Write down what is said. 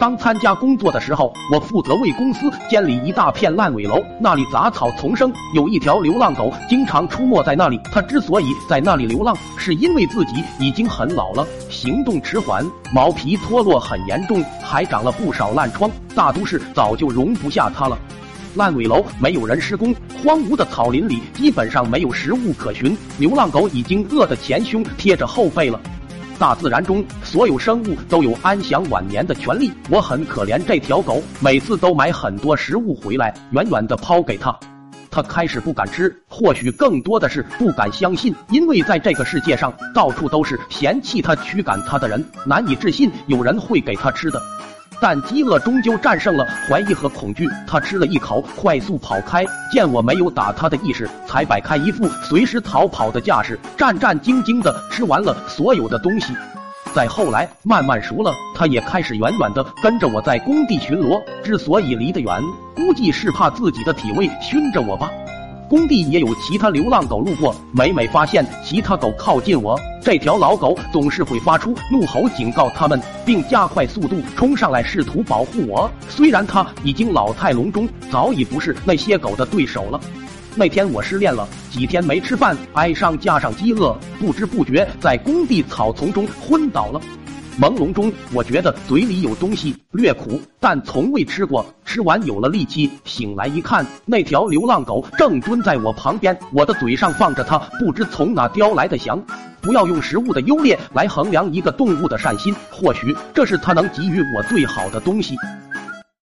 刚参加工作的时候，我负责为公司监理一大片烂尾楼，那里杂草丛生，有一条流浪狗经常出没在那里。它之所以在那里流浪，是因为自己已经很老了，行动迟缓，毛皮脱落很严重，还长了不少烂疮，大都市早就容不下它了。烂尾楼没有人施工，荒芜的草林里基本上没有食物可寻，流浪狗已经饿得前胸贴着后背了。大自然中所有生物都有安享晚年的权利，我很可怜这条狗，每次都买很多食物回来，远远地抛给它。它开始不敢吃，或许更多的是不敢相信，因为在这个世界上到处都是嫌弃它驱赶它的人，难以置信有人会给它吃的。但饥饿终究战胜了怀疑和恐惧，他吃了一口，快速跑开，见我没有打他的意识，才摆开一副随时逃跑的架势，战战兢兢地吃完了所有的东西。再后来慢慢熟了，他也开始远远地跟着我在工地巡逻，之所以离得远，估计是怕自己的体味熏着我吧。工地也有其他流浪狗路过，每发现其他狗靠近我，这条老狗总是会发出怒吼警告他们，并加快速度冲上来试图保护我。虽然它已经老态龙钟，早已不是那些狗的对手了。那天我失恋了，几天没吃饭，哀伤加上饥饿，不知不觉在工地草丛中昏倒了。朦胧中，我觉得嘴里有东西，略苦，但从未吃过。吃完有了力气，醒来一看，那条流浪狗正蹲在我旁边，我的嘴上放着它不知从哪叼来的翔。不要用食物的优劣来衡量一个动物的善心，或许这是它能给予我最好的东西。